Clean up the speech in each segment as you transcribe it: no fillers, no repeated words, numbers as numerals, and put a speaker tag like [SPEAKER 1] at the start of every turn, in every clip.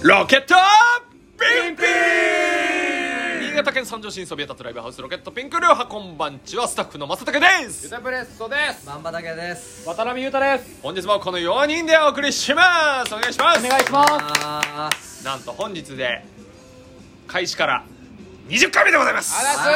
[SPEAKER 1] ロケットピンピン。新潟県三条市にそびえ立つライブハウスロケットピンクルーハ、こんばんちは。スタッフの正竹です。
[SPEAKER 2] ユタプレッソです。
[SPEAKER 3] 万場竹です。
[SPEAKER 4] 渡辺裕太です。
[SPEAKER 1] 本日もこの4人でお送りします。お願いします。
[SPEAKER 4] お願いします。
[SPEAKER 1] なんと本日で開始から20回目でございます。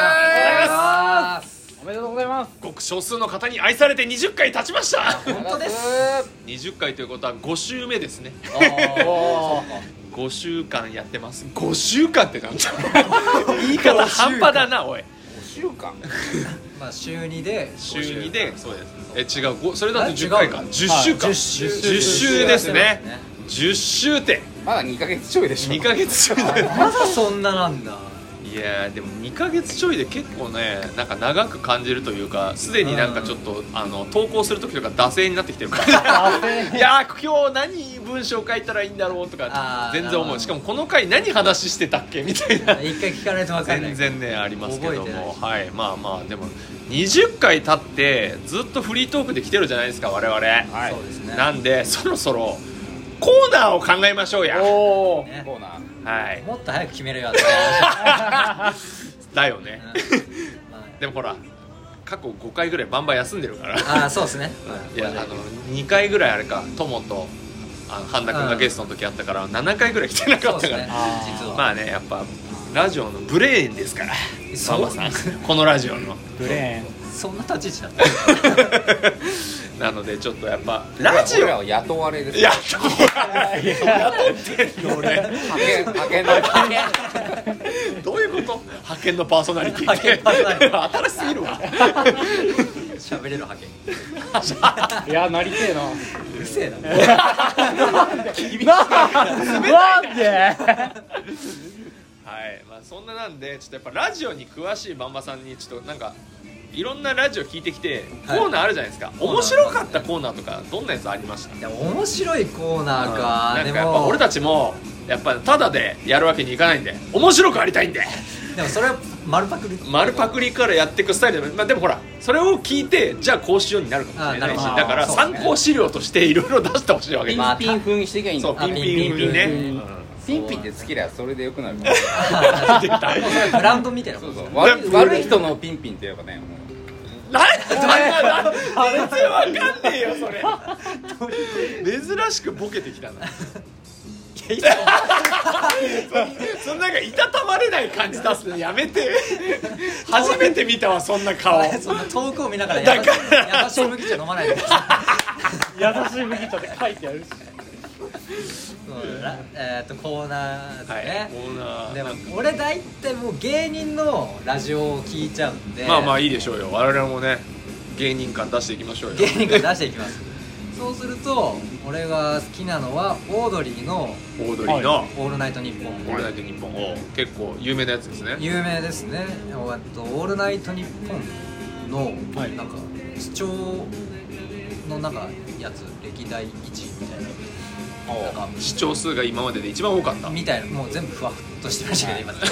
[SPEAKER 4] おめでとうございます。
[SPEAKER 1] ごく少数の方に愛されて20回経ちました。
[SPEAKER 3] 本当です。
[SPEAKER 1] 20回ということは5週目ですね。5週間やってます。5週間ってなんだ言い方半端だなおい。
[SPEAKER 2] 5週間
[SPEAKER 3] まあ週2で
[SPEAKER 1] そうです。違う、それだと10回か。10週間、10週ですね。10週って
[SPEAKER 2] まだ2ヶ月ちょいでしょ。
[SPEAKER 1] 2ヶ月ちょい
[SPEAKER 3] まだそんななんだ。
[SPEAKER 1] いやでも2ヶ月ちょいで結構ね、なんか長く感じるというか、すでになんかちょっと投稿する時とか惰性になってきてるからいや今日何文章書いたらいいんだろうとか全然思う。しかもこの回何話してたっけみたいな
[SPEAKER 3] 一回聞かないと分かんない。
[SPEAKER 1] 全然ねありますけども、はい、まあでも20回経ってずっとフリートークで来てるじゃないですか我々、はい、
[SPEAKER 3] そうですね。
[SPEAKER 1] なんでそろそろコーナーを考えましょうや。
[SPEAKER 4] おー、
[SPEAKER 3] ね、
[SPEAKER 2] コーナー、
[SPEAKER 1] はい、
[SPEAKER 3] もっと早く決めるよって
[SPEAKER 1] だよね、でもほら過去5回ぐらいバンバン休んでるから
[SPEAKER 3] ああそうですね、
[SPEAKER 1] いや2回ぐらいあれか、友と半田君がゲストの時あったから7回ぐらい来てなかったから、
[SPEAKER 3] ね、実は
[SPEAKER 1] まあね、やっぱラジオのブレーンですからバンバさんこのラジオの
[SPEAKER 4] ブレーン
[SPEAKER 3] そんな立ち位置だった
[SPEAKER 1] なのでちょっとやっぱラジオ
[SPEAKER 2] は雇われです。
[SPEAKER 1] 雇ってんの俺
[SPEAKER 2] 派遣の
[SPEAKER 1] どういうこと？派遣のパーソナリティって新しすぎるわ
[SPEAKER 3] 喋れる派遣
[SPEAKER 4] いや、なりてえな。
[SPEAKER 3] うるせえな
[SPEAKER 4] なんで
[SPEAKER 1] はい、まあそんななんでちょっとやっぱラジオに詳しいバンバさんにちょっとなんかいろんなラジオ聞いてきてコーナーあるじゃないですか、面白かったコーナーとかどんなやつありました？
[SPEAKER 3] いや面白いコーナーか、
[SPEAKER 1] なんかやっぱ俺たちもやっぱタダでやるわけにいかないんで面白くありたいんで、
[SPEAKER 3] でもそれは丸パクリからやっていくスタイルで、まあ、でもほらそれを聞いてじゃあこうしようになるかもしれないし、だから参考資料としていろいろ出してほしいわけです。
[SPEAKER 2] ピン風にしていけばいいんだ。
[SPEAKER 1] そうピン風にね、
[SPEAKER 2] ピンピンでつけりゃそれでよくなる。
[SPEAKER 3] ブランドみたいなことですよね。
[SPEAKER 2] 悪い人のピンピンって言えばね、もう
[SPEAKER 1] 全然わかんねえよそれ珍しくボケてきたなそんなんかいたたまれない感じ出すのやめて初めて見たわそんな顔
[SPEAKER 3] そんな遠くを見ながら優しい麦茶飲まないでくださ
[SPEAKER 4] 優しい麦茶って書いてあるし。
[SPEAKER 3] コーナーですね、
[SPEAKER 1] はい、コーナー
[SPEAKER 3] でも俺大体もう芸人のラジオを聞いちゃうんで、
[SPEAKER 1] まあまあいいでしょうよ、我々もね芸人感出していきましょうよ。
[SPEAKER 3] 芸人感出していきますそうすると俺が好きなのはオードリーの
[SPEAKER 1] オードリーの
[SPEAKER 3] オールナイトニッポン。
[SPEAKER 1] オールナイトニッポンを結構有名なやつですね。
[SPEAKER 3] 有名ですね。オールナイトニッポンのなんか視聴のなんかやつ歴代1位みたいな、なんか
[SPEAKER 1] 視聴数が今までで一番多かった
[SPEAKER 3] みたいな、もう全部ふわっとしてましたけど今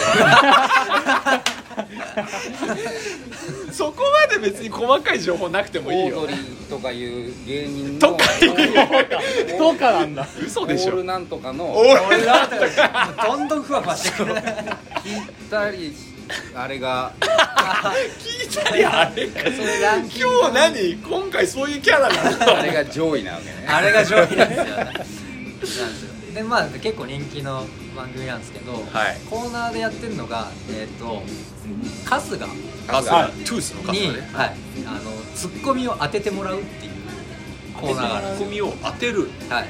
[SPEAKER 1] そこまで別に細かい情報なくてもいいよ。
[SPEAKER 2] オードリーとかいう芸人の
[SPEAKER 1] とかいう
[SPEAKER 4] とかなんだ。
[SPEAKER 1] 嘘でしょ。
[SPEAKER 2] オールなんとかの
[SPEAKER 1] 俺だって
[SPEAKER 3] どんどんふわふわしてくる
[SPEAKER 2] 聞いたりあれが
[SPEAKER 1] 聞いたりあれか。
[SPEAKER 3] それランキング
[SPEAKER 1] 今日何今回そういうキャラなの
[SPEAKER 2] あれが上位なわけね。
[SPEAKER 3] あれが上位なんですよねなんですよ。でまあ結構人気の番組なんですけど、
[SPEAKER 1] はい、
[SPEAKER 3] コーナーでやってるのが春日
[SPEAKER 1] トゥースの春日
[SPEAKER 3] に、
[SPEAKER 1] ね、
[SPEAKER 3] はい、ツッコミを当ててもらうっていうコーナーがあるんです。
[SPEAKER 1] ツッコミを当てる。
[SPEAKER 3] はい、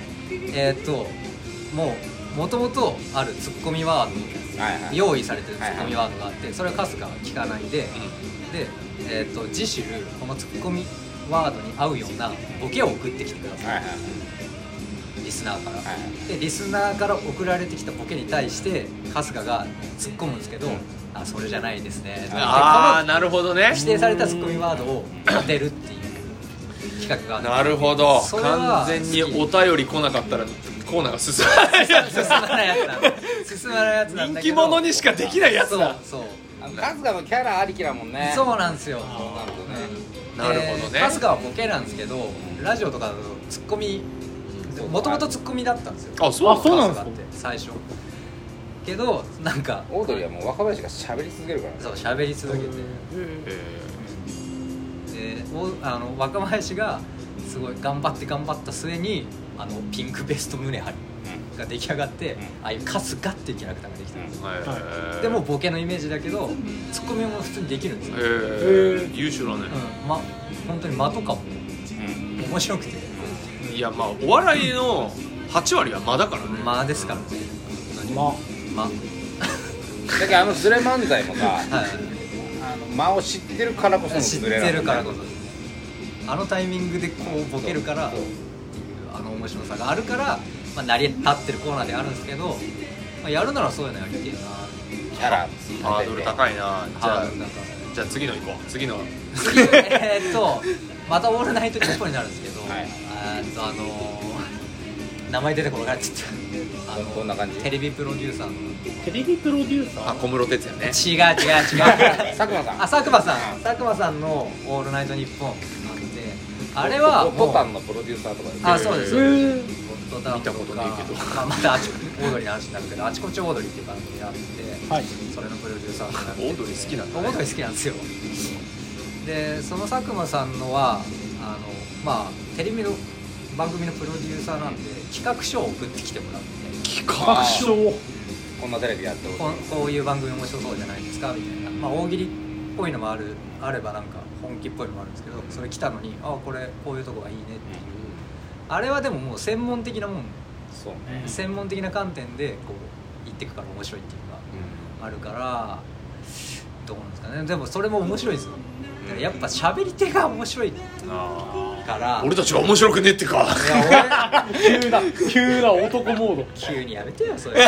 [SPEAKER 3] もともとあるツッコミワード、用意されてるツッコミワードがあって、それを春日は聞かないで、次週このツッコミワードに合うようなボケを送ってきてください、リスナーから、でリスナーから送られてきたボケに対して春日が突っ込むんですけど、あそれじゃないですね、
[SPEAKER 1] ああなるほどね、
[SPEAKER 3] 指定されたツッコミワードを当てるっていう企画がある。
[SPEAKER 1] なるほど。完全にお便り来なかったらコーナーが進まないやつ
[SPEAKER 3] 進まないやつなんだけど、
[SPEAKER 1] 人気者にしかできないやつだ。
[SPEAKER 3] そう
[SPEAKER 2] 春日のキャラありきだもんね。
[SPEAKER 3] そうなんですよ。
[SPEAKER 1] なるほどね。
[SPEAKER 3] 春日はボケなんですけど、ラジオとかだとツッコミもともとツッコミだったんですよ。
[SPEAKER 1] あ、そう
[SPEAKER 4] なんですか。
[SPEAKER 3] 最初けどなんか
[SPEAKER 2] オードリーはもう若林が喋り続けるからね。
[SPEAKER 3] そう喋り続けて、で若林がすごい頑張った末にピンクベスト胸張りが出来上がって、ああいう春日っていうキャラクターができたんですよ。でもボケのイメージだけどツッコミも普通にできるんですよ。
[SPEAKER 1] 優秀だね。
[SPEAKER 3] 本当に間とかも面白くて、
[SPEAKER 1] いやまあお笑いの8割は間だからね。
[SPEAKER 3] 間ですからね。間
[SPEAKER 2] だけどズレ漫才もさ、間を知ってるからこそのズレなんだよね。
[SPEAKER 3] 知ってるからこそタイミングでこうボケるからっていう面白さがあるから、成り立ってるコーナーであるんですけど、やるならそういうのやりてえな。
[SPEAKER 2] キャラ
[SPEAKER 1] ハードル高いな。じゃあ次の行こう。次
[SPEAKER 3] またオールナイトニッポンになるんですけど、名前出てこなかった。
[SPEAKER 2] どんな感じ？
[SPEAKER 3] テレビプロデューサーの。
[SPEAKER 4] テレビプロデューサー？
[SPEAKER 1] 小室哲哉ね。
[SPEAKER 3] 違う
[SPEAKER 2] 佐久間さん。
[SPEAKER 3] 佐久間さんのオールナイトニッポンなんで、あれは
[SPEAKER 2] ボタンのプロデューサーとかで。
[SPEAKER 3] あ、そうです。
[SPEAKER 1] 見たことないけど、
[SPEAKER 3] またオードリーの話になるけど、あちこちオードリーっていう番組があって、それのプロデューサーになって。
[SPEAKER 1] オードリー好きなんだね。
[SPEAKER 3] オードリー好きなんですよ。でその佐久間さんのはテレビの番組のプロデューサーなんで、企画書を送ってきてもらって、
[SPEAKER 4] 企画書
[SPEAKER 2] こんなテレビやって
[SPEAKER 3] こういう番組面白そうじゃないですかみたいな、大喜利っぽいのもあればなんか本気っぽいのもあるんですけど、それ来たのにこれこういうとこがいいねっていう、あれはでももう専門的なもん、
[SPEAKER 2] そうね、
[SPEAKER 3] 専門的な観点でこう言ってくから面白いっていうのがあるから、どうなんですかね。でもそれも面白いですよ。だからやっぱ喋り手が面白いから
[SPEAKER 1] 俺たちが面白くねってか。
[SPEAKER 4] 急な男モード。
[SPEAKER 3] 急にやめてよそう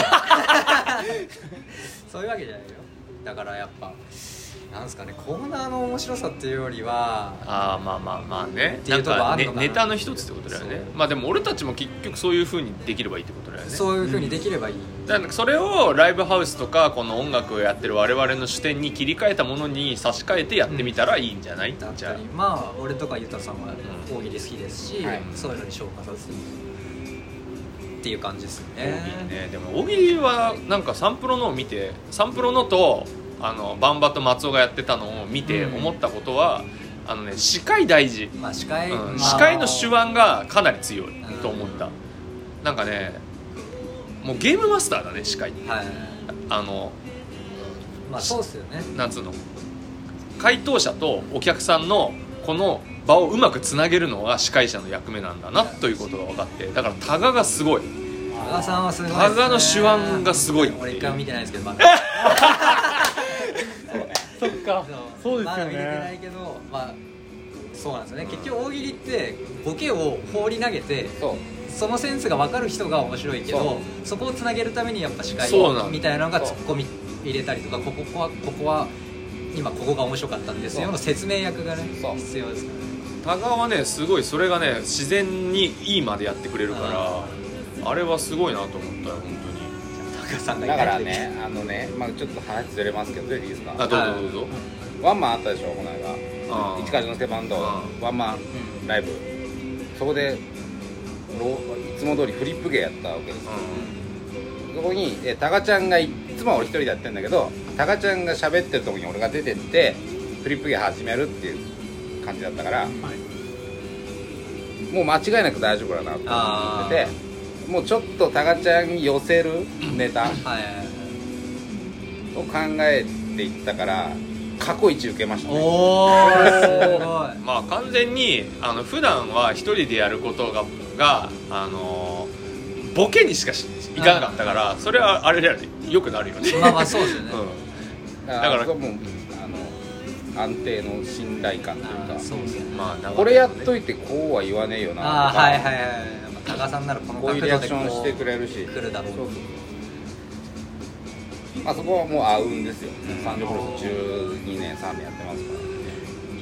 [SPEAKER 3] いうわけじゃないよ。だからやっぱなんですかね、コーナーの面白さっていうよりは
[SPEAKER 1] まあね、
[SPEAKER 3] っていうとこあんのかな。
[SPEAKER 1] ネタの一つってことだよね。まあでも俺たちも結局そういう風にできればいいってことだよね。
[SPEAKER 3] そういう風にできればいい。
[SPEAKER 1] だからそれをライブハウスとかこの音楽をやってる我々の視点に切り替えたものに差し替えてやってみたらいいんじゃない？
[SPEAKER 3] だったり、俺とかゆたさんは大喜利好きですし、そういうのに昇華させてっていう感じですよね。
[SPEAKER 1] 大喜利ね。でも大喜利はなんかサンプロのを見て、サンプロのとバンバと松尾がやってたのを見て思ったことは、司会大事。司会の手腕がかなり強いと思った。なんかね、もうゲームマスターだね、司会って。
[SPEAKER 3] そうっすよね。
[SPEAKER 1] なんつうの、回答者とお客さんのこの場をうまくつなげるのが司会者の役目なんだなということが分かって、だからタガがすごい。
[SPEAKER 3] タガさんはすごいですね。
[SPEAKER 1] タガの手腕がすごい。
[SPEAKER 3] 俺一回も見てないですけど、まだ
[SPEAKER 4] そっか、そうですよね。
[SPEAKER 3] まだ見れてないけど、そうなんですよね。結局大喜利ってボケを放り投げて、そのセンスが分かる人が面白いけど、そこをつなげるためにやっぱ司会みたいなのがツッコミ入れたりとか、ここは今ここが面白かったんですよの説明役がね必要ですからね。
[SPEAKER 1] タガはねすごい、それがね自然にいいまでやってくれるから、あれはすごいなと思ったよ本当に。
[SPEAKER 3] タガさんが
[SPEAKER 2] だからね、ちょっと話ずれますけど、それでいいですか？
[SPEAKER 1] どうぞ。
[SPEAKER 2] ワンマンあったでしょ、この間。市川の手バンドワンマンライブ、そこでいつも通りフリップ芸やったわけですよ。そこにタガちゃんがいつもは俺一人でやってるんだけど、タガちゃんが喋ってるとこに俺が出てってフリップ芸始めるっていう感じだったから、もう間違いなく大丈夫だなと思ってて、もうちょっとタガちゃんに寄せるネタを考えていったから過去一受けましたね。
[SPEAKER 3] すごい。
[SPEAKER 1] 完全に普段は一人でやることがボケにしかいかなかったから、それはあれだよね、よくなるよね。
[SPEAKER 3] そうですよね。
[SPEAKER 2] だからもう安定の信頼感というか、
[SPEAKER 3] そうですね。
[SPEAKER 2] これやっといてこうは言わねえよなとか、
[SPEAKER 3] タガさんならこの
[SPEAKER 2] こういうリアクションしてくれるし、
[SPEAKER 3] 来るだろう。
[SPEAKER 2] そこはもう合うんですよ。サンジョプロス12年3年やってますから。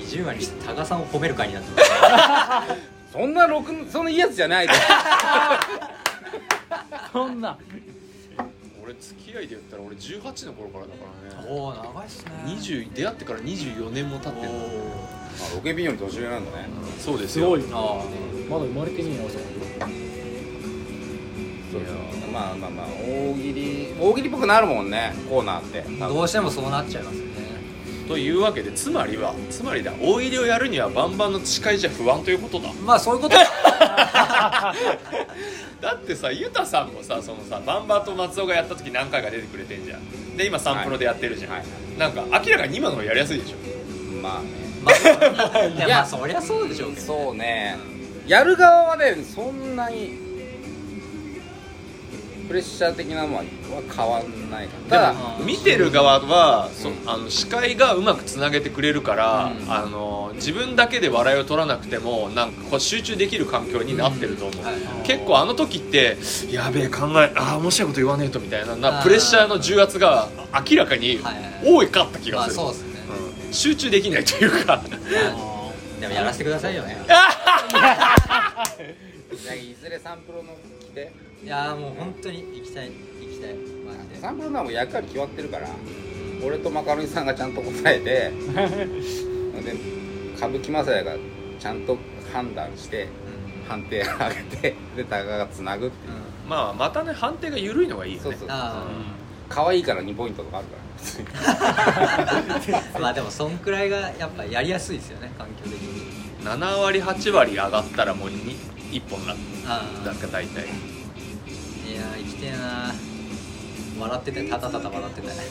[SPEAKER 3] 20話にしてタガさんを褒める会になってます
[SPEAKER 2] そんないいやつじゃないで
[SPEAKER 4] そんな
[SPEAKER 1] 俺付き合いで言ったら俺18の頃からだからね。
[SPEAKER 3] 長いっすね。
[SPEAKER 1] 出会ってから24年も経ってる。
[SPEAKER 2] ロケビンより年上なんだね。
[SPEAKER 1] そうですよ。
[SPEAKER 4] すごいな。まだ生まれてねえよ。
[SPEAKER 2] そうまあ大喜利っぽくなるもんね、コーナーって
[SPEAKER 3] どうしてもそうなっちゃいますよね。
[SPEAKER 1] というわけでつまりだ、大喜利をやるにはバンバンの司会じゃ不安ということだ。
[SPEAKER 3] まあそういうこと
[SPEAKER 1] だってさ、ユタさんもさ、そのさ、バンバと松尾がやった時何回か出てくれてんじゃん。で今サンプロでやってるじゃん、はいはい、なんか明らかに今の方がやりやすいでしょ。
[SPEAKER 2] まあね、
[SPEAKER 3] いやまあそりゃそうでしょうけど、
[SPEAKER 2] そうね、やる側はねそんなにプレッシャー的なのは変わんないかな。ただ
[SPEAKER 1] 見てる側は、司会がうまくつなげてくれるから、自分だけで笑いを取らなくてもなんかこう集中できる環境になってると思う、結構あの時ってやべえ面白いこと言わねえとみたいなプレッシャーの重圧が明らかに多かった気がする、
[SPEAKER 3] そうですね、
[SPEAKER 1] 集中できないというか
[SPEAKER 3] でもやらせてくださいよね
[SPEAKER 2] じゃあいずれサンプロの来て、
[SPEAKER 3] いやもう本当に行きたいマジで。
[SPEAKER 2] サンプロのはもう役割決まってるから、俺とマカロニさんがちゃんと答えてで歌舞伎マサヤがちゃんと判断して、判定上げてでタカがつなぐっていう、
[SPEAKER 1] またね判定が緩いのがいいよね。
[SPEAKER 2] そう可愛いから2ポイントとかあるから
[SPEAKER 3] まあでもそんくらいがやっぱやりやすいですよね、環境的に。
[SPEAKER 1] 7割8割上がったらもう1本だか大体。い
[SPEAKER 3] や生きてえな、笑っててただただ笑ってて
[SPEAKER 2] だ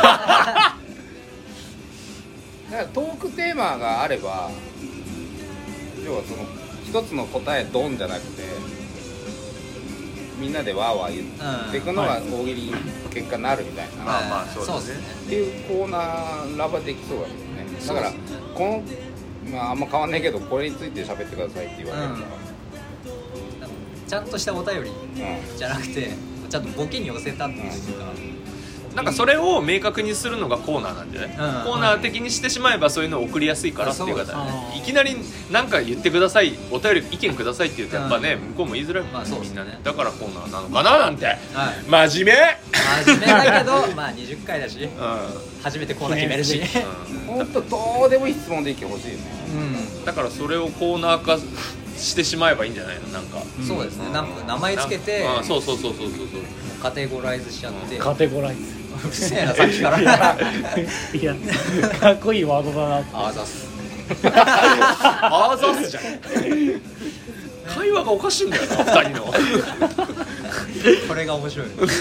[SPEAKER 2] からトークテーマがあれば、要はその一つの答えドンじゃなくてみんなでワーワー言っていくのが大喜利の結果になるみたいな、
[SPEAKER 1] まあそうですね
[SPEAKER 2] っていうコーナーラバできそうだけどね。だからこのあんま変わんないけどこれについて喋ってくださいって言われるから、
[SPEAKER 3] ちゃんとしたお便りじゃなくて、ちゃんとボケに寄せたっていうか、
[SPEAKER 1] なんかそれを明確にするのがコーナーなんじゃない、コーナー的にしてしまえばそういうのを送りやすいからっていう方ね、いきなり何か言ってください、お便り意見くださいって言うとやっぱね、向こうも言いづらいもんね、みんなね。だからコーナーなのかななんて、真面目
[SPEAKER 3] だけど20回だし、初めてコーナー決めるし、
[SPEAKER 2] 本当どうでもいい質問でいいけほしいよね。
[SPEAKER 1] だからそれをコーナー化してしまえばいいんじゃないの、なんか。
[SPEAKER 3] そうですね、なんか名前つけて、
[SPEAKER 1] そう
[SPEAKER 3] カテゴライズしちゃって。
[SPEAKER 4] カテゴライズ
[SPEAKER 3] うるせえなさっきから。い
[SPEAKER 4] やかっこいいワードだなって。
[SPEAKER 3] あざす
[SPEAKER 1] あざすじゃん。会話がおかしいんだよな2人の。
[SPEAKER 3] これが面白い。
[SPEAKER 2] なんか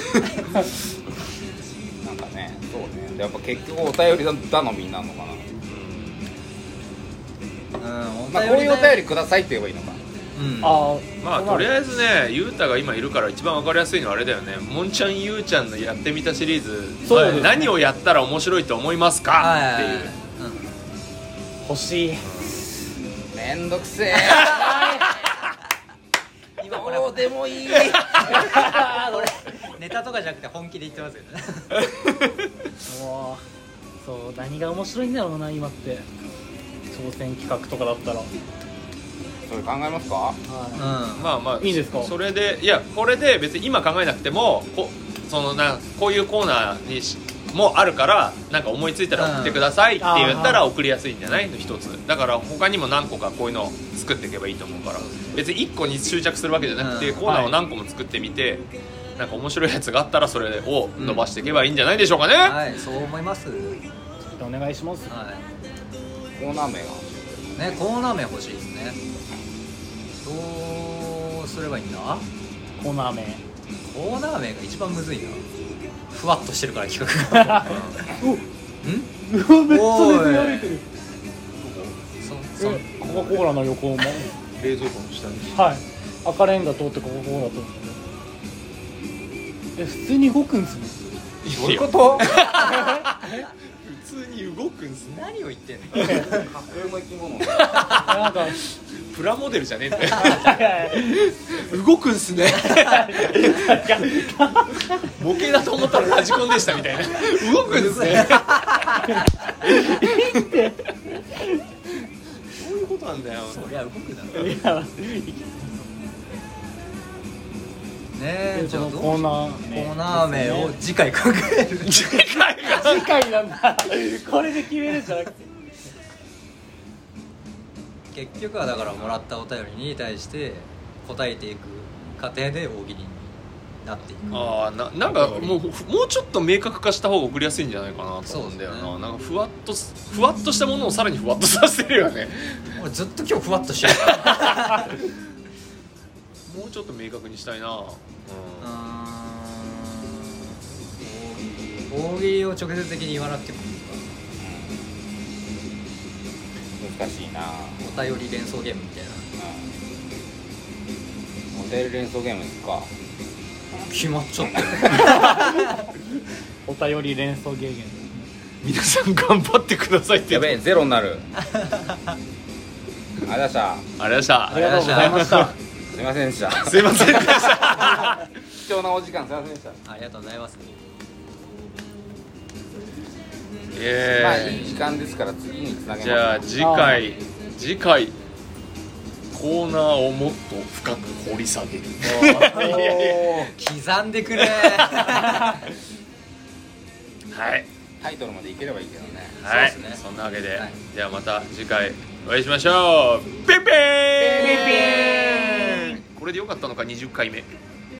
[SPEAKER 2] ね、そうね、やっぱ結局お便り頼みになるのかな。こういうお便りくださいって言えばいいのか。
[SPEAKER 1] とりあえずね、ゆうたが今いるから一番分かりやすいのはあれだよね、もんちゃんゆうちゃんのやってみたシリーズ、何をやったら面白いと思いますかっていう、
[SPEAKER 4] 欲しい、
[SPEAKER 2] めんどくせえ
[SPEAKER 3] 今これ
[SPEAKER 2] どうでもいい
[SPEAKER 3] ネタとかじゃなくて本気で言ってますよね。
[SPEAKER 4] もうそう何が面白いんだろうな今って、挑戦企画とかだったら
[SPEAKER 2] それ考えますか？
[SPEAKER 4] いいですか？
[SPEAKER 1] それで、いやこれで別に今考えなくてもこういうコーナーにもあるからなんか思いついたら送ってくださいって言ったら送りやすいんじゃないの一つだから、他にも何個かこういうのを作っていけばいいと思うから、別に1個に執着するわけじゃなくてコーナーを何個も作ってみて、なんか面白いやつがあったらそれを伸ばしていけばいいんじゃないでしょうかね。
[SPEAKER 3] はい、そう思います。
[SPEAKER 4] お願いします。
[SPEAKER 2] コーナー名が
[SPEAKER 3] ね、コーナー名欲しいですね。どうすればいいんだ？
[SPEAKER 4] コーナー名
[SPEAKER 3] が一番むずいな。ふわっとしてるから企画が。
[SPEAKER 4] めっちゃ熱が出てる。コカ・コーラの横も
[SPEAKER 1] 冷蔵庫の下に、
[SPEAKER 4] 赤レンガ通ってコカ・コーラと普通に動くんすね。
[SPEAKER 2] どういうこと？
[SPEAKER 1] 普通に動くんすね。
[SPEAKER 3] 何を言ってんの？
[SPEAKER 2] 架空の生き物。
[SPEAKER 1] なんかプラモデルじゃねえんだよ。動くんすね。模型だと思ったらラジコンでしたみたいな。動くんですね。そういうことなんだよ。
[SPEAKER 3] そりゃ動くだろ。ねえ、じゃあコーナー名を次回考える。
[SPEAKER 4] 次回なんだ。これで決めるんじゃなくて。
[SPEAKER 3] 結局はだからもらったお便りに対して答えていく過程で大喜利になっていく。
[SPEAKER 1] なんかもうちょっと明確化した方が送りやすいんじゃないかなと思うんだよな。そうですね、なんかふわっとしたものをさらにふわっとさせてるよね。
[SPEAKER 3] 俺ずっと今日ふわっとしてるから
[SPEAKER 1] もうちょっと明確にしたいな。
[SPEAKER 3] 大喜利を直接的に言わなくてもいいか。
[SPEAKER 2] 難しいな。
[SPEAKER 3] お便り連想ゲームみたいな。
[SPEAKER 2] お便り連想ゲームですか。
[SPEAKER 3] 決まっちゃったよ
[SPEAKER 4] お便り連想ゲーム。
[SPEAKER 1] 皆さん頑張ってくださいって。
[SPEAKER 2] やべえ、ゼロになる。ありがとうございました。
[SPEAKER 1] ありがとうございました。
[SPEAKER 4] ありがとうございました。
[SPEAKER 2] すいませんでした。
[SPEAKER 1] すいませんでした
[SPEAKER 2] 貴重なお時間すいませんでした。
[SPEAKER 3] ありがとうございます。
[SPEAKER 2] まあいい時間ですから次につなげます。
[SPEAKER 1] じゃあ次回コーナーをもっと深く掘り下げる。
[SPEAKER 3] 刻んでくれ
[SPEAKER 1] はい、
[SPEAKER 2] タイトルまでいければいいけどね。
[SPEAKER 1] はい、
[SPEAKER 3] そうですね。
[SPEAKER 1] そんなわけで、
[SPEAKER 3] はい、
[SPEAKER 1] ではまた次回お会いしましょう。ピンピーン。これでよかったのか20回目。